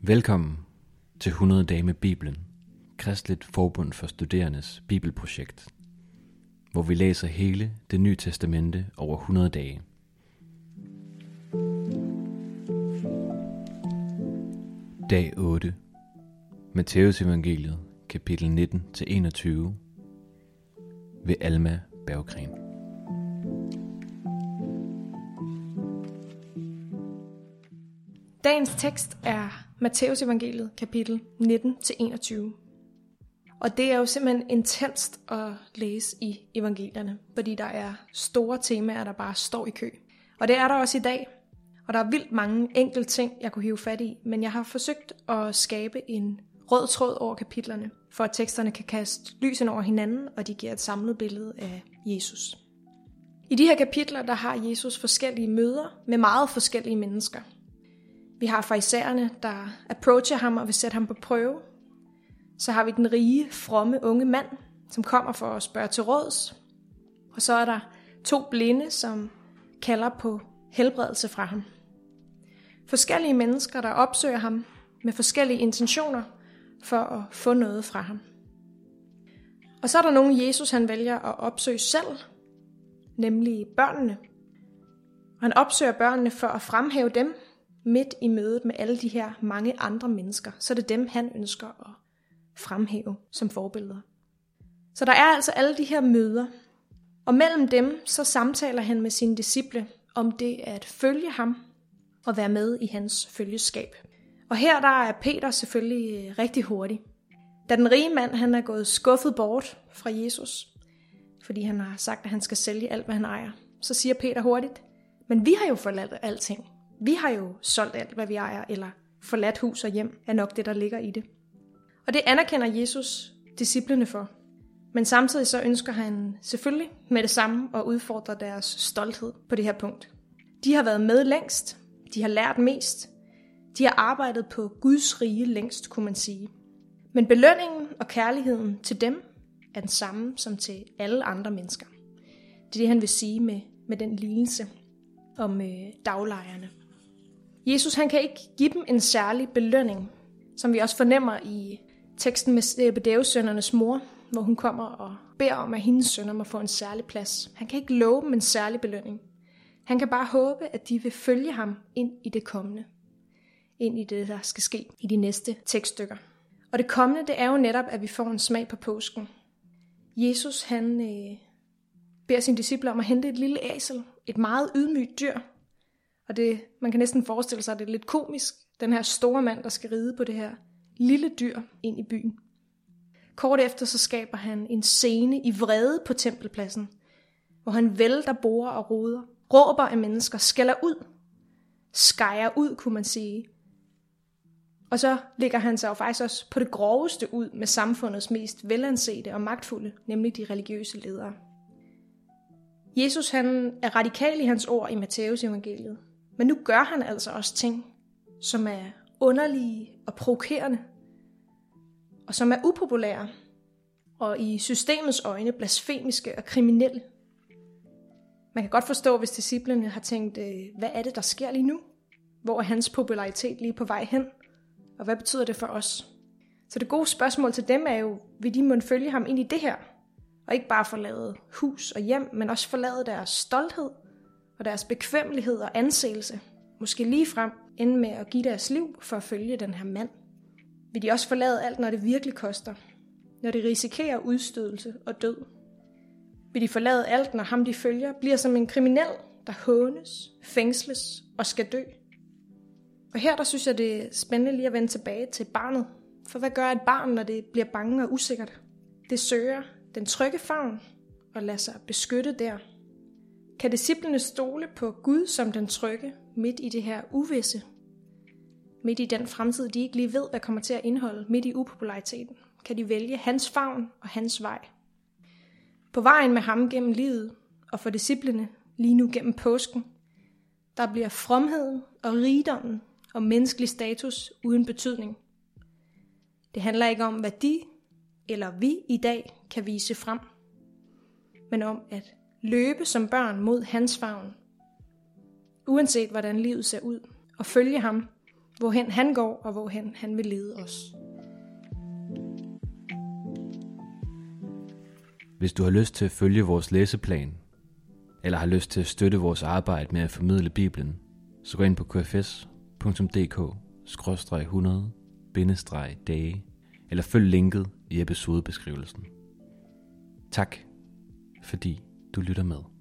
Velkommen til 100 dage med Bibelen, Kristeligt Forbund for Studerendes Bibelprojekt, hvor vi læser hele det nye testamente over 100 dage. Dag 8. Matteus evangeliet, kapitel 19-21, ved Alma Berggren. Dagens tekst er Matteus evangeliet, kapitel 19-21. Og det er jo simpelthen intenst at læse i evangelierne, fordi der er store temaer, der bare står i kø. Og det er der også i dag. Og der er vildt mange enkelte ting, jeg kunne hive fat i, men jeg har forsøgt at skabe en rød tråd over kapitlerne, for at teksterne kan kaste lys ind over hinanden, og de giver et samlet billede af Jesus. I de her kapitler, der har Jesus forskellige møder med meget forskellige mennesker. Vi har farisæerne, der approacher ham og vil sætte ham på prøve. Så har vi den rige, fromme unge mand, som kommer for at spørge til råds. Og så er der 2 blinde, som kalder på helbredelse fra ham. Forskellige mennesker, der opsøger ham med forskellige intentioner for at få noget fra ham. Og så er der nogle Jesus, han vælger at opsøge selv, nemlig børnene. Og han opsøger børnene for at fremhæve dem midt i mødet med alle de her mange andre mennesker. Så er det dem, han ønsker at fremhæve som forbilleder. Så der er altså alle de her møder. Og mellem dem, så samtaler han med sine disciple om det at følge ham og være med i hans følgeskab. Og her der er Peter selvfølgelig rigtig hurtig. Da den rige mand han er gået skuffet bort fra Jesus, fordi han har sagt, at han skal sælge alt, hvad han ejer, så siger Peter hurtigt, men vi har jo forladt alting. Vi har jo solgt alt, hvad vi ejer, eller forladt hus og hjem, er nok det, der ligger i det. Og det anerkender Jesus disciplene for. Men samtidig så ønsker han selvfølgelig med det samme at udfordre deres stolthed på det her punkt. De har været med længst, de har lært mest, de har arbejdet på Guds rige længst, kunne man sige. Men belønningen og kærligheden til dem er den samme som til alle andre mennesker. Det er det, han vil sige med den lignelse om daglejerne. Jesus han kan ikke give dem en særlig belønning, som vi også fornemmer i teksten med Zebedeus sønnernes mor, hvor hun kommer og beder om, at hendes sønner må få en særlig plads. Han kan ikke love dem en særlig belønning. Han kan bare håbe, at de vil følge ham ind i det kommende. Ind i det, der skal ske i de næste tekststykker. Og det kommende, det er jo netop, at vi får en smag på påsken. Jesus han beder sine disciple om at hente et lille æsel, et meget ydmygt dyr. Og det, man kan næsten forestille sig, at det er lidt komisk, den her store mand, der skal ride på det her lille dyr ind i byen. Kort efter så skaber han en scene i vrede på tempelpladsen, hvor han vælter borer og roder, råber af mennesker, skælder ud, skejer ud, kunne man sige. Og så lægger han sig jo faktisk også på det groveste ud med samfundets mest velansete og magtfulde, nemlig de religiøse ledere. Jesus han er radikal i hans ord i Matteus evangeliet, men nu gør han altså også ting, som er underlige og provokerende, og som er upopulære, og i systemets øjne blasfemiske og kriminelle. Man kan godt forstå, hvis disciplene har tænkt, hvad er det, der sker lige nu? Hvor er hans popularitet lige på vej hen? Og hvad betyder det for os? Så det gode spørgsmål til dem er jo, vil de måtte følge ham ind i det her? Og ikke bare forlade hus og hjem, men også forlade deres stolthed og deres bekvemmelighed og anseelse. Måske lige frem ende med at give deres liv for at følge den her mand. Vil de også forlade alt, når det virkelig koster? Når det risikerer udstødelse og død? Vil de forlade alt, når ham de følger bliver som en kriminel, der hånes, fængsles og skal dø? Og her der synes jeg, det er spændende lige at vende tilbage til barnet. For hvad gør et barn, når det bliver bange og usikkert? Det søger den trygge favn og lader sig beskytte der. Kan disciplene stole på Gud som den trygge midt i det her uvisse? Midt i den fremtid, de ikke lige ved, hvad kommer til at indeholde, midt i upopulariteten? Kan de vælge hans favn og hans vej? På vejen med ham gennem livet og for disciplene lige nu gennem påsken, der bliver fromheden og rigdommen og menneskelig status uden betydning. Det handler ikke om, hvad de eller vi i dag kan vise frem, men om at løbe som børn mod hans favn, uanset hvordan livet ser ud, og følge ham hvorhen han går, og hvorhen han vil lede os. Hvis du har lyst til at følge vores læseplan, eller har lyst til at støtte vores arbejde med at formidle Bibelen, så gå ind på kfs.dk/100-dage, eller følg linket i episodebeskrivelsen. Tak, fordi du lytter med.